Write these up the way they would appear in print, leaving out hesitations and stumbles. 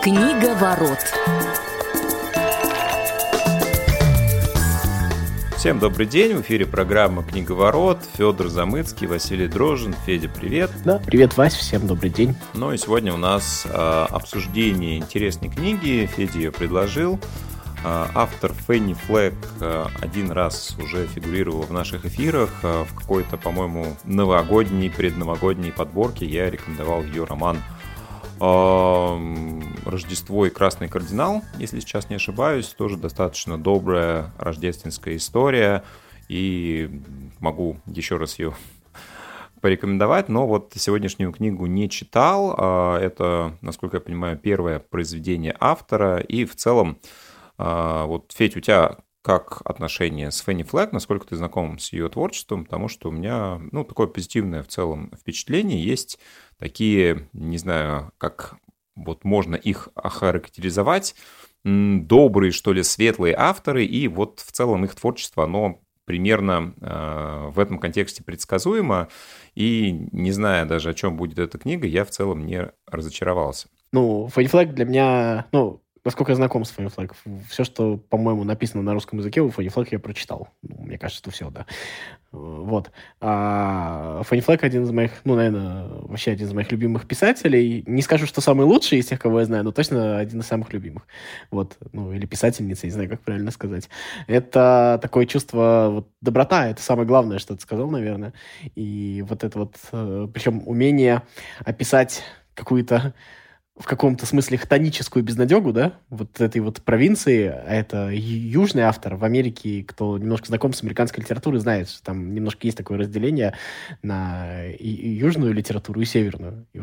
Книга ворот. Всем добрый день, в эфире программа «Книга ворот». Федор Замыцкий, Василий Дрожжин. Федя, привет. Да, привет, Вась, всем добрый день. Ну и сегодня у нас обсуждение интересной книги. Федя ее предложил. Автор Фенни Флэг один раз уже фигурировал в наших эфирах. В какой-то, по-моему, новогодней, предновогодней подборке я рекомендовал ее роман «Рождество и красный кардинал», если сейчас не ошибаюсь. Тоже достаточно добрая рождественская история. И могу еще раз ее порекомендовать. Но вот сегодняшнюю книгу не читал. Это, насколько я понимаю, первое произведение автора. И в целом, вот, Федь, у тебя как отношение с Фенни Флэг? Насколько ты знаком с ее творчеством? Потому что у меня, такое позитивное в целом впечатление. Есть такие, не знаю, как вот можно их охарактеризовать, добрые, что ли, светлые авторы. И вот в целом их творчество, оно примерно в этом контексте предсказуемо. И не зная даже, о чем будет эта книга, я в целом не разочаровался. Фенни Флэг для меня, насколько я знаком с Фенни Флэг, все, что, по-моему, написано на русском языке, у Фенни Флэг я прочитал. Мне кажется, что все, да. Вот. А Фенни Флэг один из моих, наверное, вообще один из моих любимых писателей. Не скажу, что самый лучший из тех, кого я знаю, но точно один из самых любимых. Вот. Или писательница, не знаю, как правильно сказать. Это такое чувство, доброта, это самое главное, что ты сказал, наверное. И вот это причем умение описать какую-то в каком-то смысле хтоническую безнадегу, да, вот этой провинции, а это южный автор. В Америке, кто немножко знаком с американской литературой, знает, что там немножко есть такое разделение на и южную литературу, и северную. И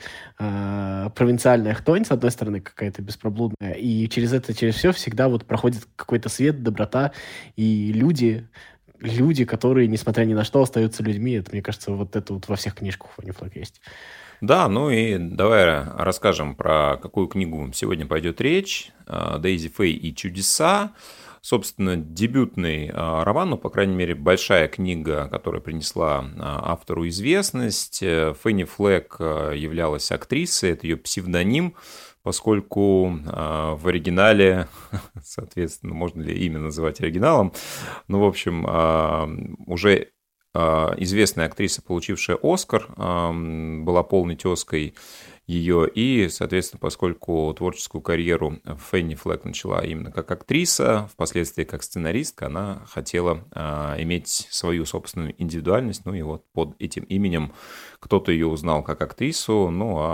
провинциальная хтонь, с одной стороны, какая-то беспроблудная, и через все всегда проходит какой-то свет, доброта, и люди, которые, несмотря ни на что, остаются людьми. Это, мне кажется, во всех книжках у Фенни Флэг есть. Да, и давай расскажем, про какую книгу сегодня пойдет речь. «Дейзи Фэй и чудеса». Собственно, дебютный роман, по крайней мере, большая книга, которая принесла автору известность. Фенни Флэг являлась актрисой, это ее псевдоним, поскольку в оригинале, соответственно, можно ли имя называть оригиналом, в общем, уже известная актриса, получившая «Оскар», была полной тезкой ее, и, соответственно, поскольку творческую карьеру Фенни Флэг начала именно как актриса, впоследствии как сценаристка, она хотела иметь свою собственную индивидуальность, и под этим именем кто-то ее узнал как актрису,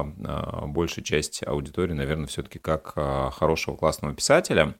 а большая часть аудитории, наверное, все-таки как хорошего классного писателя.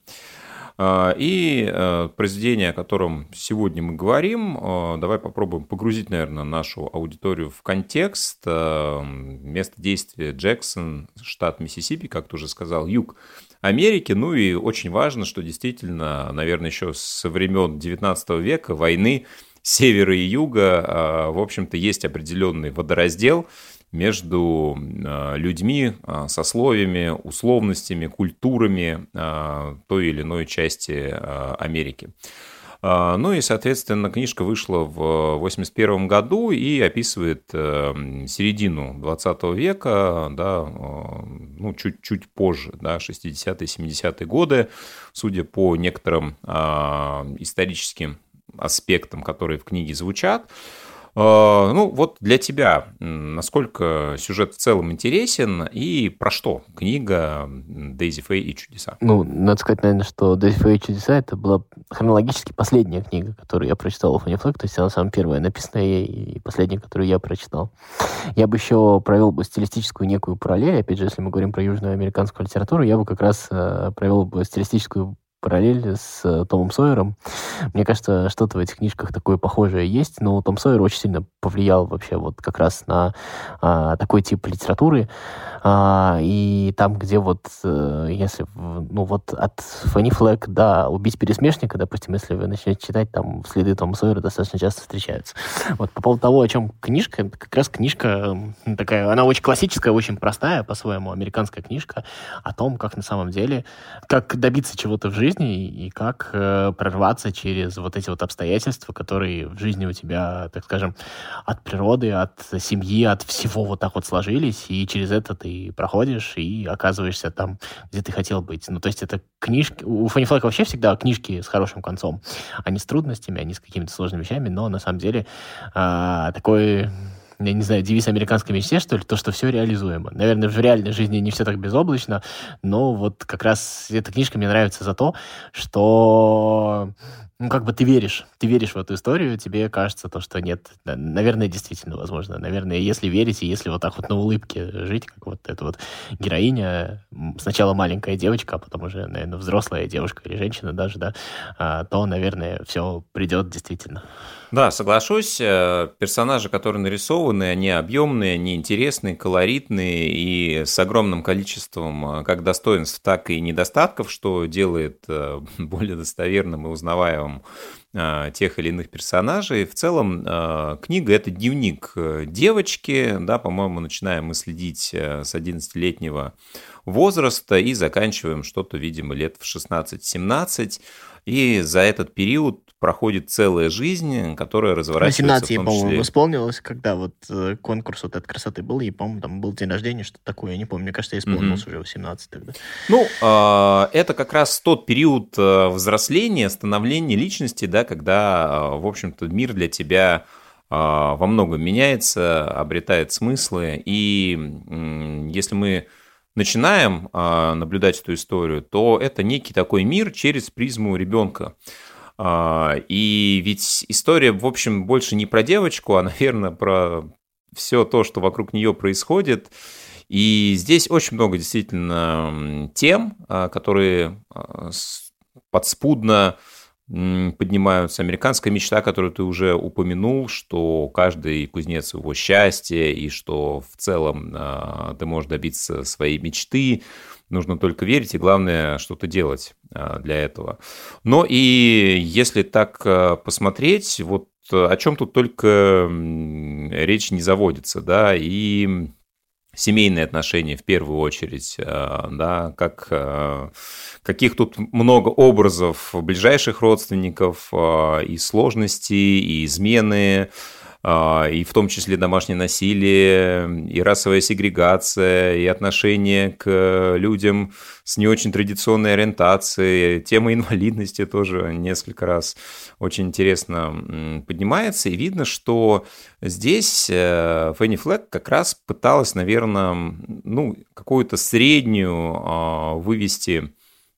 И произведение, о котором сегодня мы говорим, давай попробуем погрузить, наверное, нашу аудиторию в контекст. Место действия — Джексон, штат Миссисипи, как ты уже сказал, юг Америки. И очень важно, что действительно, наверное, еще со времен XIX века, войны севера и юга, в общем-то, есть определенный водораздел между людьми, сословиями, условностями, культурами той или иной части Америки. И, соответственно, книжка вышла в 1981 году и описывает середину 20 века, чуть позже, 60-е, 70-е годы, судя по некоторым историческим аспектам, которые в книге звучат. Для тебя, насколько сюжет в целом интересен и про что книга «Дейзи Фэй и чудеса»? Надо сказать, наверное, что «Дейзи Фэй и чудеса» — это была хронологически последняя книга, которую я прочитал у Фенни Флэг, то есть она самая первая написанная и последняя, которую я прочитал. Я бы еще провел стилистическую некую параллель, опять же, если мы говорим про южную американскую литературу, я бы как раз провел стилистическую параллель с Томом Сойером. Мне кажется, что-то в этих книжках такое похожее есть, но Том Сойер очень сильно повлиял вообще как раз на такой тип литературы. И там, где если, от Фенни Флэг до «Убить пересмешника», допустим, если вы начнете читать, там следы Тома Сойера достаточно часто встречаются. По поводу того, о чем книжка, это как раз книжка такая, она очень классическая, очень простая, по-своему, американская книжка о том, как на самом деле, как добиться чего-то в жизни, жизни и как прорваться через вот эти вот обстоятельства, которые в жизни у тебя, так скажем, от природы, от семьи, от всего вот так вот сложились, и через это ты проходишь и оказываешься там, где ты хотел быть. Ну, то есть это книжки... У Fanny Fleck вообще всегда книжки с хорошим концом, а не с трудностями, а не с какими-то сложными вещами, но на самом деле такой... Я не знаю, девиз американской мечте, что ли, то, что все реализуемо. Наверное, в реальной жизни не все так безоблачно, но вот как раз эта книжка мне нравится за то, что, ну, как бы ты веришь в эту историю, тебе кажется то, что нет, наверное, действительно возможно. Наверное, если верить, и если вот так вот на улыбке жить, как вот эта вот героиня, сначала маленькая девочка, а потом уже, наверное, взрослая девушка или женщина даже, да, то, наверное, все придет действительно. Да, соглашусь. Персонажи, которые нарисованы, они объемные, они интересные, колоритные и с огромным количеством как достоинств, так и недостатков, что делает более достоверным и узнаваемым тех или иных персонажей. В целом, книга – это дневник девочки, да, по-моему, начинаем мы следить с 11-летнего возраста и заканчиваем что-то, видимо, лет в 16-17. И за этот период проходит целая жизнь, которая разворачивается 18 в ей, том по-моему, числе... исполнилось, когда вот конкурс вот этой красоты был, и, по-моему, там был день рождения, что-то такое, я не помню, мне кажется, я исполнился уже 18 тогда. Ну, это как раз тот период взросления, становления личности, да, когда, в общем-то, мир для тебя во многом меняется, обретает смыслы, и если мы начинаем наблюдать эту историю, то это некий такой мир через призму ребенка. И ведь история, в общем, больше не про девочку, а, наверное, про все то, что вокруг нее происходит. И здесь очень много действительно тем, которые подспудно поднимаются. Американская мечта, которую ты уже упомянул, что каждый кузнец своего счастья, и что в целом ты можешь добиться своей мечты. Нужно только верить и, главное, что-то делать для этого. Но и если так посмотреть, вот о чем тут только речь не заводится, да, и семейные отношения в первую очередь, да, каких тут много образов ближайших родственников, и сложностей, и измены, и в том числе домашнее насилие, и расовая сегрегация, и отношение к людям с не очень традиционной ориентацией, тема инвалидности тоже несколько раз очень интересно поднимается, и видно, что здесь Фанни Флек как раз пыталась, наверное, ну, какую-то среднюю вывести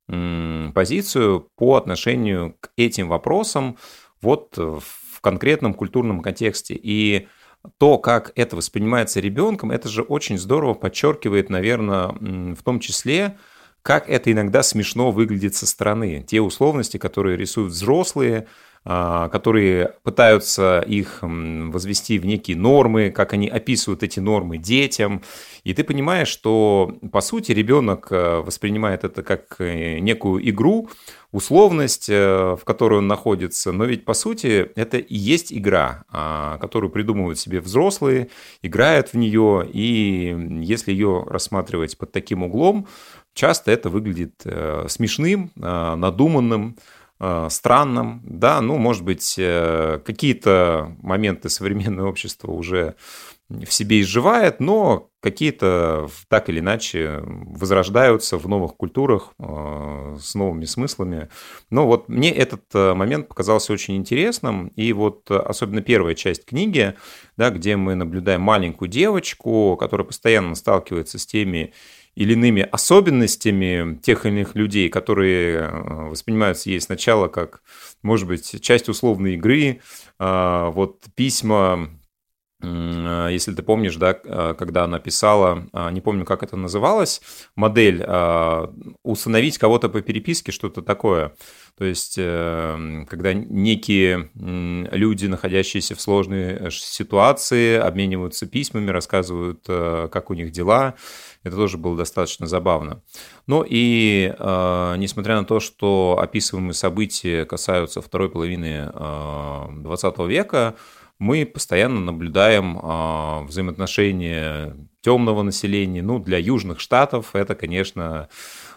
позицию по отношению к этим вопросам вот в конкретном культурном контексте. И то, как это воспринимается ребенком, это же очень здорово подчеркивает, наверное, в том числе, как это иногда смешно выглядит со стороны. Те условности, которые рисуют взрослые, которые пытаются их возвести в некие нормы, как они описывают эти нормы детям. И ты понимаешь, что, по сути, ребенок воспринимает это как некую игру, условность, в которой он находится, но ведь, по сути, это и есть игра, которую придумывают себе взрослые, играют в нее, и если ее рассматривать под таким углом, часто это выглядит смешным, надуманным, странным, да, ну, может быть, какие-то моменты современное общество уже в себе изживает, но какие-то так или иначе возрождаются в новых культурах с новыми смыслами. Но вот мне этот момент показался очень интересным, и вот особенно первая часть книги, да, где мы наблюдаем маленькую девочку, которая постоянно сталкивается с теми или иными особенностями тех или иных людей, которые воспринимаются ей сначала как, может быть, часть условной игры, вот письма, если ты помнишь, да, когда она писала, не помню, как это называлось, модель «Усыновить кого-то по переписке», что-то такое. То есть, когда некие люди, находящиеся в сложной ситуации, обмениваются письмами, рассказывают, как у них дела. Это тоже было достаточно забавно. Ну и несмотря на то, что описываемые события касаются второй половины 20 века, мы постоянно наблюдаем взаимоотношения темного населения. Ну, для южных штатов это, конечно,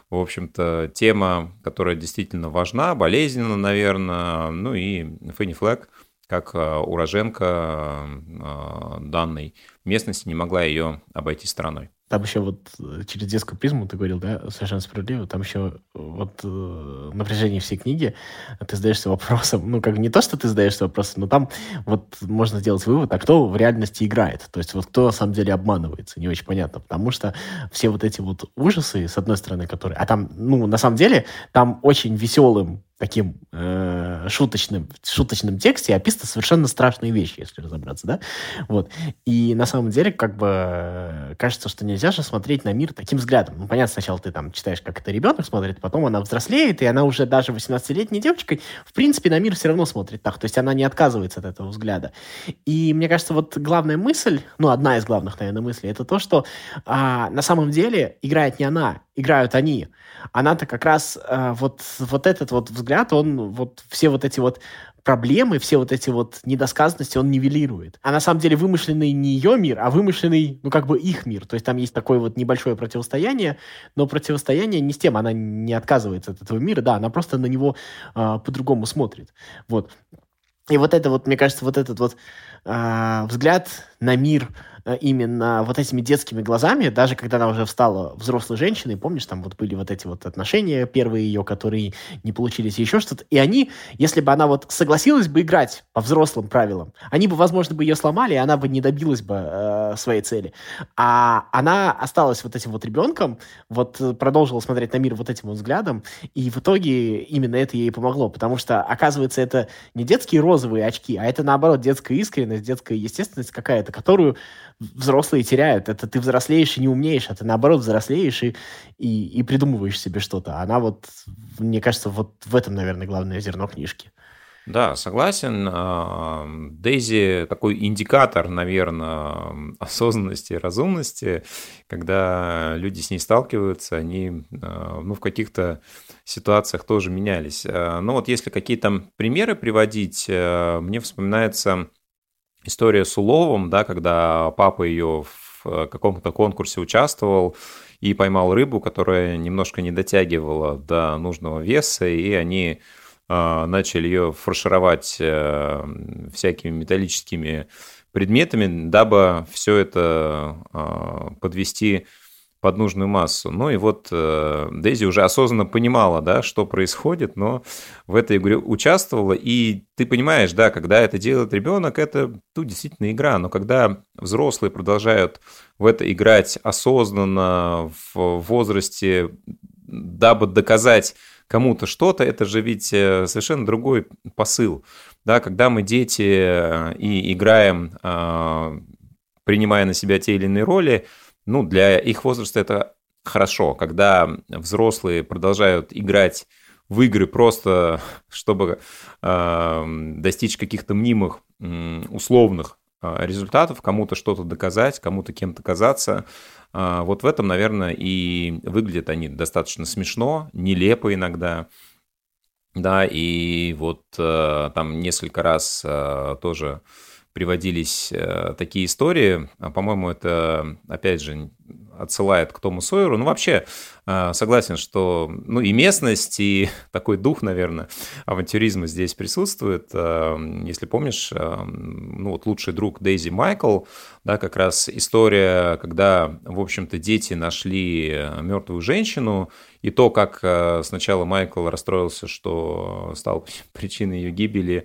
В общем-то, тема, которая действительно важна, болезненна, наверное. Ну и Фенни Флэг, как уроженка данной местности, не могла ее обойти стороной. Там еще вот через детскую призму, ты говорил, да, совершенно справедливо, там еще вот напряжение всей книги, ты задаешься вопросом, ну, как не то, что ты задаешься вопросом, но там вот можно сделать вывод, а кто в реальности играет, то есть вот кто на самом деле обманывается, не очень понятно, потому что все вот эти вот ужасы, с одной стороны, которые, а там, ну, на самом деле, там очень веселым таким шуточным тексте описаны совершенно страшные вещи, если разобраться, да, вот, и на самом деле, как бы, кажется, что нельзя же смотреть на мир таким взглядом. Ну, понятно, сначала ты там читаешь, как это ребенок смотрит, потом она взрослеет, и она уже даже 18-летней девочкой, в принципе, на мир все равно смотрит так, то есть она не отказывается от этого взгляда. И мне кажется, вот главная мысль, ну, одна из главных, наверное, мыслей, это то, что на самом деле играет не она, играют они. Она-то как раз вот этот вот взгляд, он вот все вот эти вот проблемы, все вот эти вот недосказанности он нивелирует. А на самом деле вымышленный не ее мир, а вымышленный, ну, как бы их мир. То есть там есть такое вот небольшое противостояние, но противостояние не с тем, она не отказывается от этого мира, да, она просто на него по-другому смотрит. Вот. И вот это вот, мне кажется, вот этот вот взгляд на мир именно вот этими детскими глазами, даже когда она уже стала взрослой женщиной, помнишь, там вот были вот эти вот отношения первые ее, которые не получились, и еще что-то, и они, если бы она вот согласилась бы играть по взрослым правилам, они бы, возможно, бы ее сломали, и она бы не добилась бы своей цели. А она осталась вот этим вот ребенком, вот продолжила смотреть на мир вот этим вот взглядом, и в итоге именно это ей помогло, потому что, оказывается, это не детские розовые очки, а это, наоборот, детская искренность, детская естественность какая-то, которую взрослые теряют. Это ты взрослеешь и не умнеешь, а ты, наоборот, взрослеешь и придумываешь себе что-то. Она вот, мне кажется, вот в этом, наверное, главное зерно книжки. Да, согласен. Дейзи такой индикатор, наверное, осознанности и разумности, когда люди с ней сталкиваются, они ну, в каких-то ситуациях тоже менялись. Но вот если какие-то примеры приводить, мне вспоминается история с уловом, да, когда папа ее в каком-то конкурсе участвовал и поймал рыбу, которая немножко не дотягивала до нужного веса, и они начали ее фаршировать всякими металлическими предметами, дабы все это подвести под нужную массу. Ну и вот Дейзи уже осознанно понимала, да, что происходит, но в этой игре участвовала, и ты понимаешь, да, когда это делает ребенок, это действительно игра, но когда взрослые продолжают в это играть осознанно в возрасте, дабы доказать кому-то что-то, это же ведь совершенно другой посыл. Да, когда мы дети и играем, принимая на себя те или иные роли, ну, для их возраста это хорошо. Когда взрослые продолжают играть в игры просто, чтобы достичь каких-то мнимых, условных результатов, кому-то что-то доказать, кому-то кем-то казаться, вот в этом, наверное, и выглядят они достаточно смешно, нелепо иногда. Да, и вот там несколько раз тоже приводились такие истории. По-моему, это, опять же, отсылает к Тому Сойеру. Ну, вообще, согласен, что ну, и местность, и такой дух, наверное, авантюризма здесь присутствует. Если помнишь, ну, вот лучший друг Дейзи Майкл, да, как раз история, когда, в общем-то, дети нашли мертвую женщину, и то, как сначала Майкл расстроился, что стал причиной ее гибели,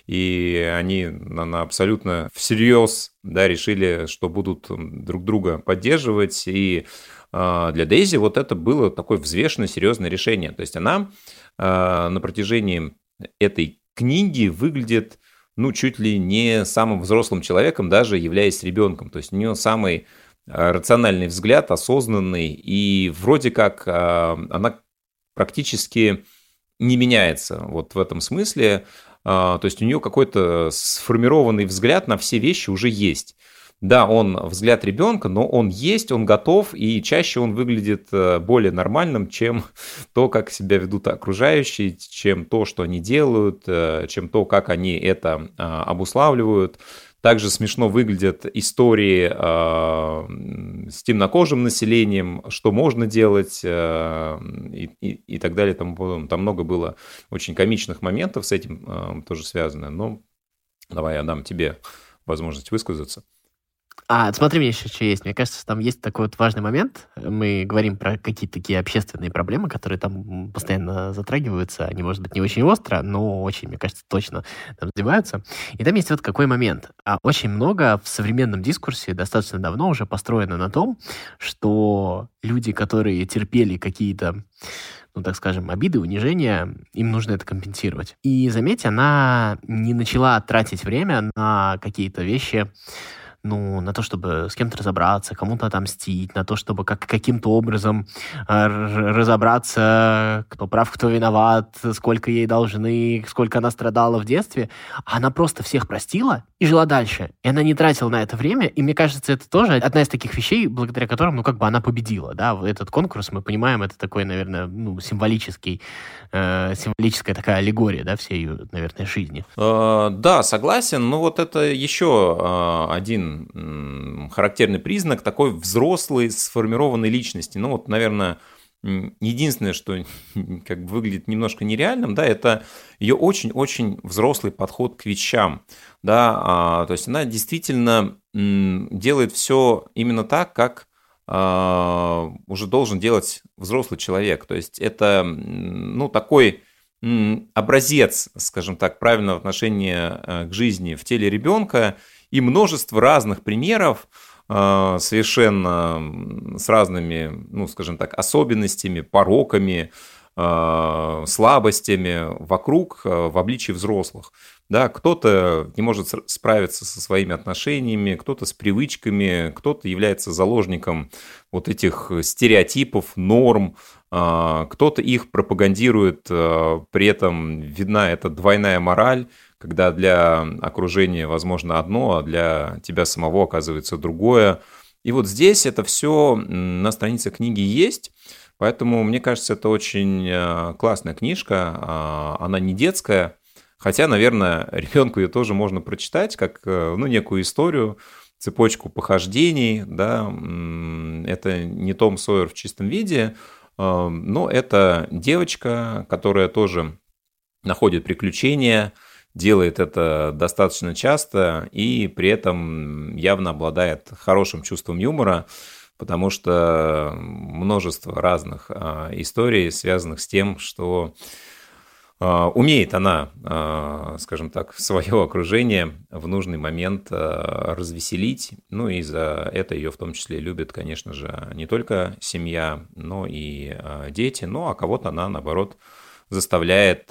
и они абсолютно всерьез, да, решили, что будут друг друга поддерживать, и для Дейзи вот это было такое взвешенное, серьезное решение. То есть она на протяжении этой книги выглядит, ну, чуть ли не самым взрослым человеком, даже являясь ребенком. То есть у нее самый рациональный взгляд, осознанный, и вроде как она практически не меняется вот в этом смысле. То есть у нее какой-то сформированный взгляд на все вещи уже есть. Да, он взгляд ребенка, но он есть, он готов, и чаще он выглядит более нормальным, чем то, как себя ведут окружающие, чем то, что они делают, чем то, как они это обуславливают. Также смешно выглядят истории с темнокожим населением, что можно делать и так далее. Там много было очень комичных моментов с этим тоже связано. Но давай я дам тебе возможность высказаться. Смотри, мне еще что есть. Мне кажется, там есть такой вот важный момент. Мы говорим про какие-то такие общественные проблемы, которые там постоянно затрагиваются. Они, может быть, не очень остро, но очень, мне кажется, точно там задеваются. И там есть вот какой момент. Очень много в современном дискурсе достаточно давно уже построено на том, что люди, которые терпели какие-то, ну, так скажем, обиды, унижения, им нужно это компенсировать. И, заметь, она не начала тратить время на какие-то вещи, ну, на то, чтобы с кем-то разобраться, кому-то отомстить, на то, чтобы каким-то образом разобраться, кто прав, кто виноват, сколько ей должны, сколько она страдала в детстве. Она просто всех простила и жила дальше. И она не тратила на это время, и мне кажется, это тоже одна из таких вещей, благодаря которым, ну, как бы она победила, да, этот конкурс, мы понимаем, это такой, наверное, ну, символическая такая аллегория, да, всей ее, наверное, жизни. Да, согласен, но вот это еще один характерный признак такой взрослой, сформированной личности. Ну вот, наверное, единственное, что как бы выглядит немножко нереальным, да, это ее очень-очень взрослый подход к вещам, да, то есть она действительно делает все именно так, как уже должен делать взрослый человек. То есть это, ну, такой образец, скажем так, правильного отношения к жизни в теле ребенка, и множество разных примеров, совершенно с разными, ну, скажем так, особенностями, пороками, слабостями вокруг в обличии взрослых. Да, кто-то не может справиться со своими отношениями, кто-то с привычками, кто-то является заложником вот этих стереотипов, норм, кто-то их пропагандирует, при этом видна эта двойная мораль, когда для окружения возможно одно, а для тебя самого оказывается другое. И вот здесь это все на странице книги есть, поэтому, мне кажется, это очень классная книжка, она не детская, хотя, наверное, ребенку ее тоже можно прочитать как, ну, некую историю, цепочку похождений, да, это не Том Сойер в чистом виде, но это девочка, которая тоже находит приключения, делает это достаточно часто и при этом явно обладает хорошим чувством юмора, потому что множество разных историй, связанных с тем, что умеет она, скажем так, свое окружение в нужный момент развеселить, ну и за это ее в том числе любит, конечно же, не только семья, но и дети, ну а кого-то она, наоборот, заставляет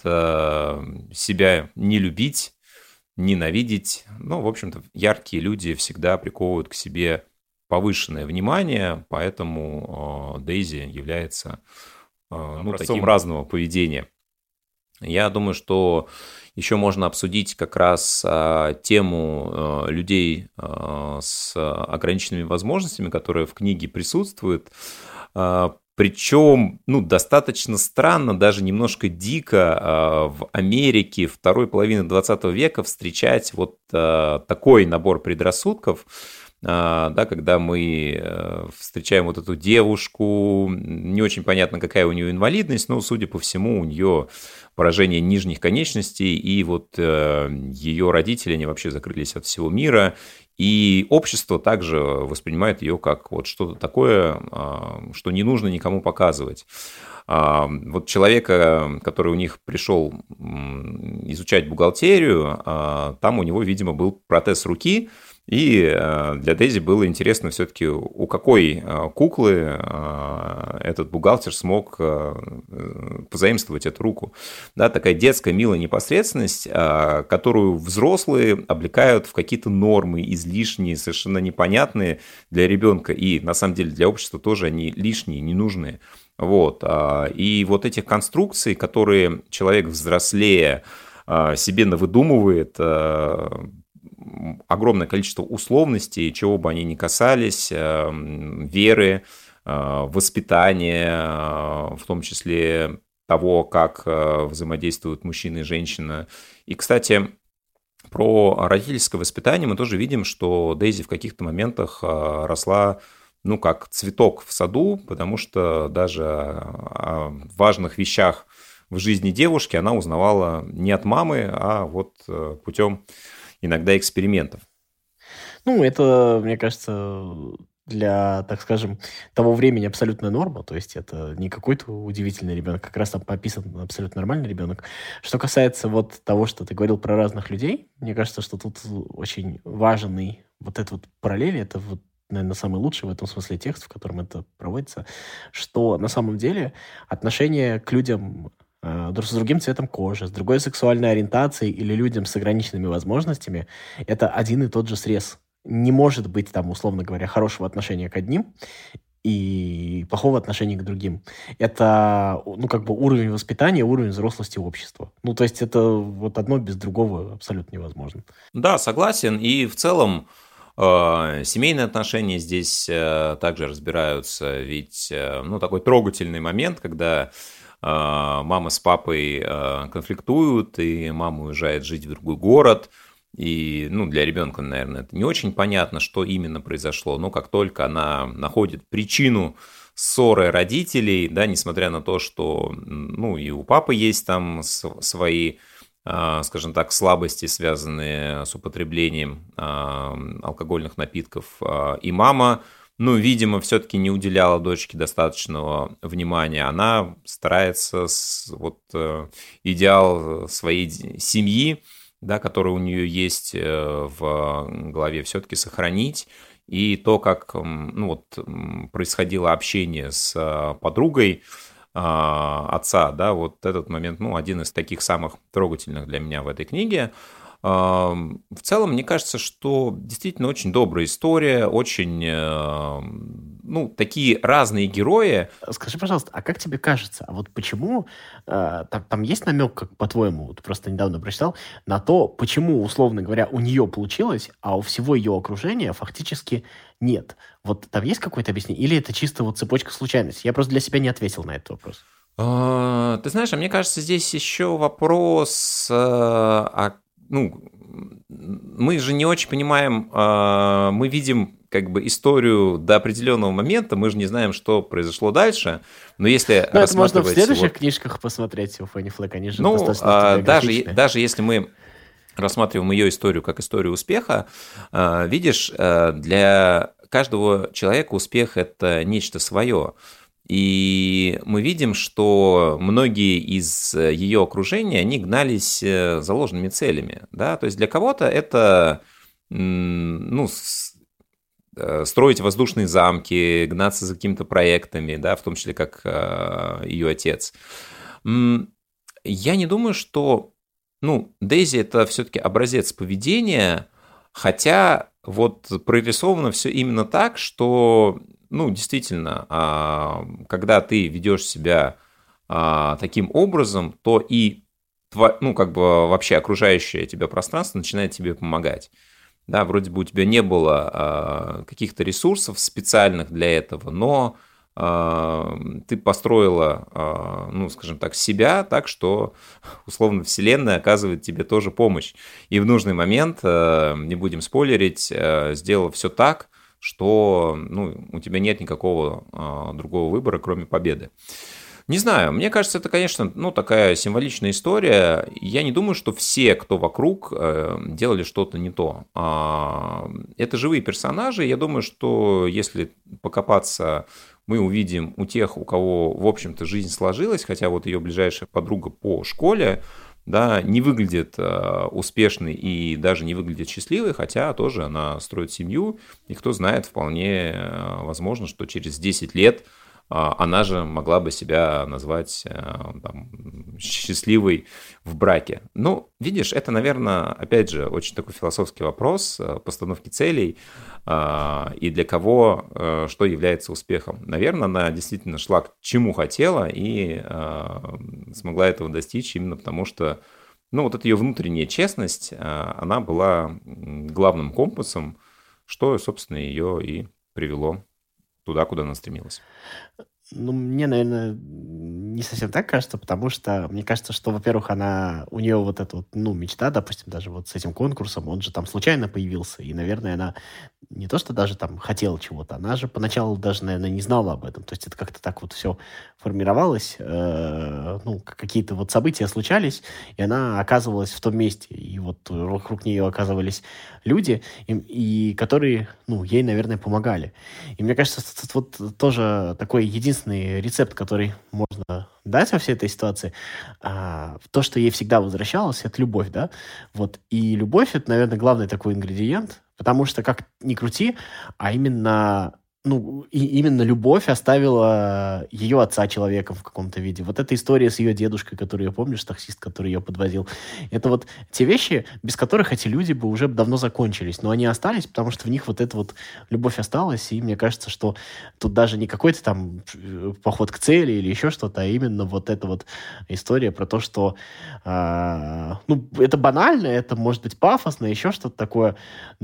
себя не любить, ненавидеть. Ну, в общем-то, яркие люди всегда приковывают к себе повышенное внимание, поэтому Дейзи является таким разного поведения. Я думаю, что еще можно обсудить как раз тему людей с ограниченными возможностями, которые в книге присутствуют. Причем, ну, достаточно странно, даже немножко дико в Америке второй половины 20 века встречать вот такой набор предрассудков, да, когда мы встречаем вот эту девушку, не очень понятно, какая у нее инвалидность, но, судя по всему, у нее поражение нижних конечностей, и вот ее родители, они вообще закрылись от всего мира, и общество также воспринимает ее как вот что-то такое, что не нужно никому показывать. Вот человека, который у них пришел изучать бухгалтерию, там у него, видимо, был протез руки, и для Дейзи было интересно все-таки, у какой куклы этот бухгалтер смог позаимствовать эту руку. Да, такая детская милая непосредственность, которую взрослые облекают в какие-то нормы излишние, совершенно непонятные для ребенка, и на самом деле для общества тоже они лишние, ненужные. Вот. И вот этих конструкций, которые человек взрослее себе навыдумывает, огромное количество условностей, чего бы они ни касались, веры, воспитания, в том числе того, как взаимодействуют мужчина и женщина. И, кстати, про родительское воспитание мы тоже видим, что Дейзи в каких-то моментах росла, ну, как цветок в саду, потому что даже о важных вещах в жизни девушки она узнавала не от мамы, а вот путем иногда экспериментов. Ну, это, мне кажется, для, так скажем, того времени абсолютная норма, то есть это не какой-то удивительный ребенок, как раз там пописан абсолютно нормальный ребенок. Что касается вот того, что ты говорил про разных людей, мне кажется, что тут очень важный вот этот вот параллель, это вот, наверное, самый лучший в этом смысле текст, в котором это проводится, что на самом деле отношение к людям с другим цветом кожи, с другой сексуальной ориентацией или людям с ограниченными возможностями, это один и тот же срез. Не может быть там, условно говоря, хорошего отношения к одним и плохого отношения к другим. Это, ну, как бы уровень воспитания, уровень взрослости общества. Ну, то есть это вот одно без другого абсолютно невозможно. Да, согласен. И в целом семейные отношения здесь также разбираются. Ведь, ну, такой трогательный момент, когда мама с папой конфликтуют, и мама уезжает жить в другой город. И, ну, для ребенка, наверное, это не очень понятно, что именно произошло. Но как только она находит причину ссоры родителей, да, несмотря на то, что, ну, и у папы есть там свои, скажем так, слабости, связанные с употреблением алкогольных напитков, и мама, ну, видимо, все-таки не уделяла дочке достаточного внимания. Она старается вот идеал своей семьи, да, который у нее есть в голове, все-таки сохранить. И то, как, ну, вот, происходило общение с подругой отца, да, вот этот момент, ну, один из таких самых трогательных для меня в этой книге. В целом, мне кажется, что действительно очень добрая история, очень, ну, такие разные герои. Скажи, пожалуйста, а как тебе кажется, а вот почему там есть намек, как по-твоему, вот просто недавно прочитал, на то, почему, условно говоря, у нее получилось, а у всего ее окружения фактически нет? Вот там есть какое-то объяснение? Или это чисто вот цепочка случайностей? Я просто для себя не ответил на этот вопрос. Ты знаешь, а мне кажется, здесь еще вопрос, ну, мы же не очень понимаем, мы видим как бы историю до определенного момента, мы же не знаем, что произошло дальше, но если Ну, это можно в рассматривать... следующих вот, книжках посмотреть у Фанни Флэк, они же ну, достаточно автобиографичные. даже если мы рассматриваем ее историю как историю успеха, видишь, для каждого человека успех – это нечто свое. И мы видим, что многие из ее окружения, они гнались за ложными целями. Да? То есть для кого-то это, ну, строить воздушные замки, гнаться за какими-то проектами, да, в том числе как ее отец. Я не думаю, что, ну, Дейзи это все-таки образец поведения, хотя вот прорисовано все именно так, что, ну, действительно, когда ты ведешь себя таким образом, то и, ну, как бы вообще окружающее тебя пространство начинает тебе помогать. Да, вроде бы у тебя не было каких-то ресурсов специальных для этого, но ты построила, ну, скажем так, себя так, что, условно, Вселенная оказывает тебе тоже помощь. И в нужный момент, не будем спойлерить, сделала все так, что, ну, у тебя нет никакого другого выбора, кроме победы. Не знаю, мне кажется, это, конечно, ну, такая символичная история. Я не думаю, что все, кто вокруг, делали что-то не то. Это живые персонажи. Я думаю, что если покопаться, мы увидим у тех, у кого, в общем-то, жизнь сложилась, хотя вот ее ближайшая подруга по школе, да, не выглядит успешной и даже не выглядит счастливой, хотя тоже она строит семью, и кто знает, вполне возможно, что через 10 лет она же могла бы себя назвать там, счастливой в браке. Ну, видишь, это, наверное, опять же, очень такой философский вопрос постановки целей и для кого что является успехом. Наверное, она действительно шла к чему хотела и смогла этого достичь именно потому, что, ну, вот эта ее внутренняя честность, она была главным компасом, что, собственно, ее и привело туда, куда она стремилась. Ну, мне, наверное, не совсем так кажется, потому что мне кажется, что, во-первых, у нее вот эта вот, ну, мечта, допустим, даже вот с этим конкурсом, он же там случайно появился, и, наверное, она не то, что даже там хотела чего-то, она же поначалу даже, наверное, не знала об этом, то есть это как-то так вот все формировалось, ну, какие-то вот события случались, и она оказывалась в том месте, и вот вокруг нее оказывались люди, и которые, ну, ей, наверное, помогали. И мне кажется, тут вот тоже такой единственный рецепт, который можно дать во всей этой ситуации, то, что ей всегда возвращалось, это любовь, да? Вот. И любовь — это, наверное, главный такой ингредиент, потому что, как ни крути, а именно... Ну, и именно любовь оставила ее отца человеком в каком-то виде. Вот эта история с ее дедушкой, которую я помнишь, таксист, который ее подвозил. Это вот те вещи, без которых эти люди бы уже давно закончились. Но они остались, потому что в них вот эта вот любовь осталась. И мне кажется, что тут даже не какой-то там поход к цели или еще что-то, а именно вот эта вот история про то, что ну, это банально, это может быть пафосно, еще что-то такое,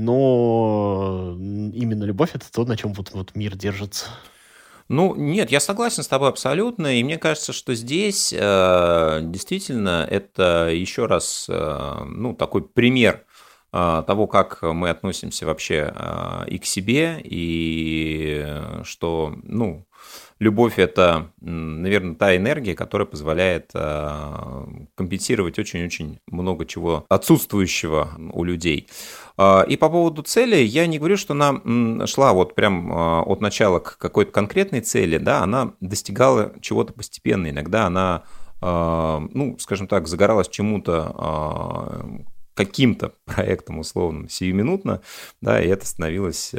но именно любовь — это то, на чем вот мир держится. Ну, нет, я согласен с тобой абсолютно, и мне кажется, что здесь действительно это еще раз, ну, такой пример того, как мы относимся вообще и к себе, и что, ну, любовь – это, наверное, та энергия, которая позволяет компенсировать очень-очень много чего отсутствующего у людей. И по поводу цели, я не говорю, что она шла вот прям от начала к какой-то конкретной цели, да, она достигала чего-то постепенно. Иногда она, ну, скажем так, загоралась чему-то, каким-то проектом условно сиюминутно, да, и это становилось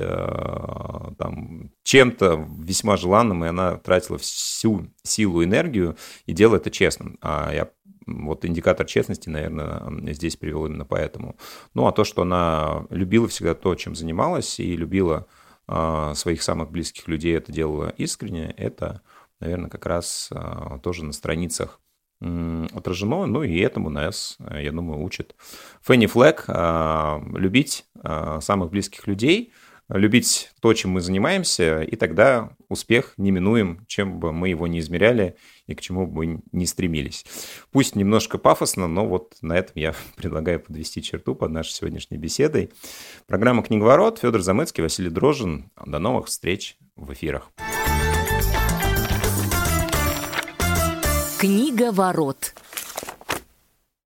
там чем-то весьма желанным, и она тратила всю силу, энергию и делала это честно. Вот индикатор честности, наверное, здесь привел именно поэтому. Ну, а то, что она любила всегда то, чем занималась, и любила своих самых близких людей, это делала искренне, это, наверное, как раз тоже на страницах отражено, ну и этому нас, я думаю, учит Фенни Флэг любить самых близких людей, любить то, чем мы занимаемся, и тогда успех неминуем, чем бы мы его не измеряли и к чему бы мы не стремились. Пусть немножко пафосно, но вот на этом я предлагаю подвести черту под нашей сегодняшней беседой. Программа «Книговорот», Федор Замыцкий, Василий Дрожжин. До новых встреч в эфирах. Книговорот.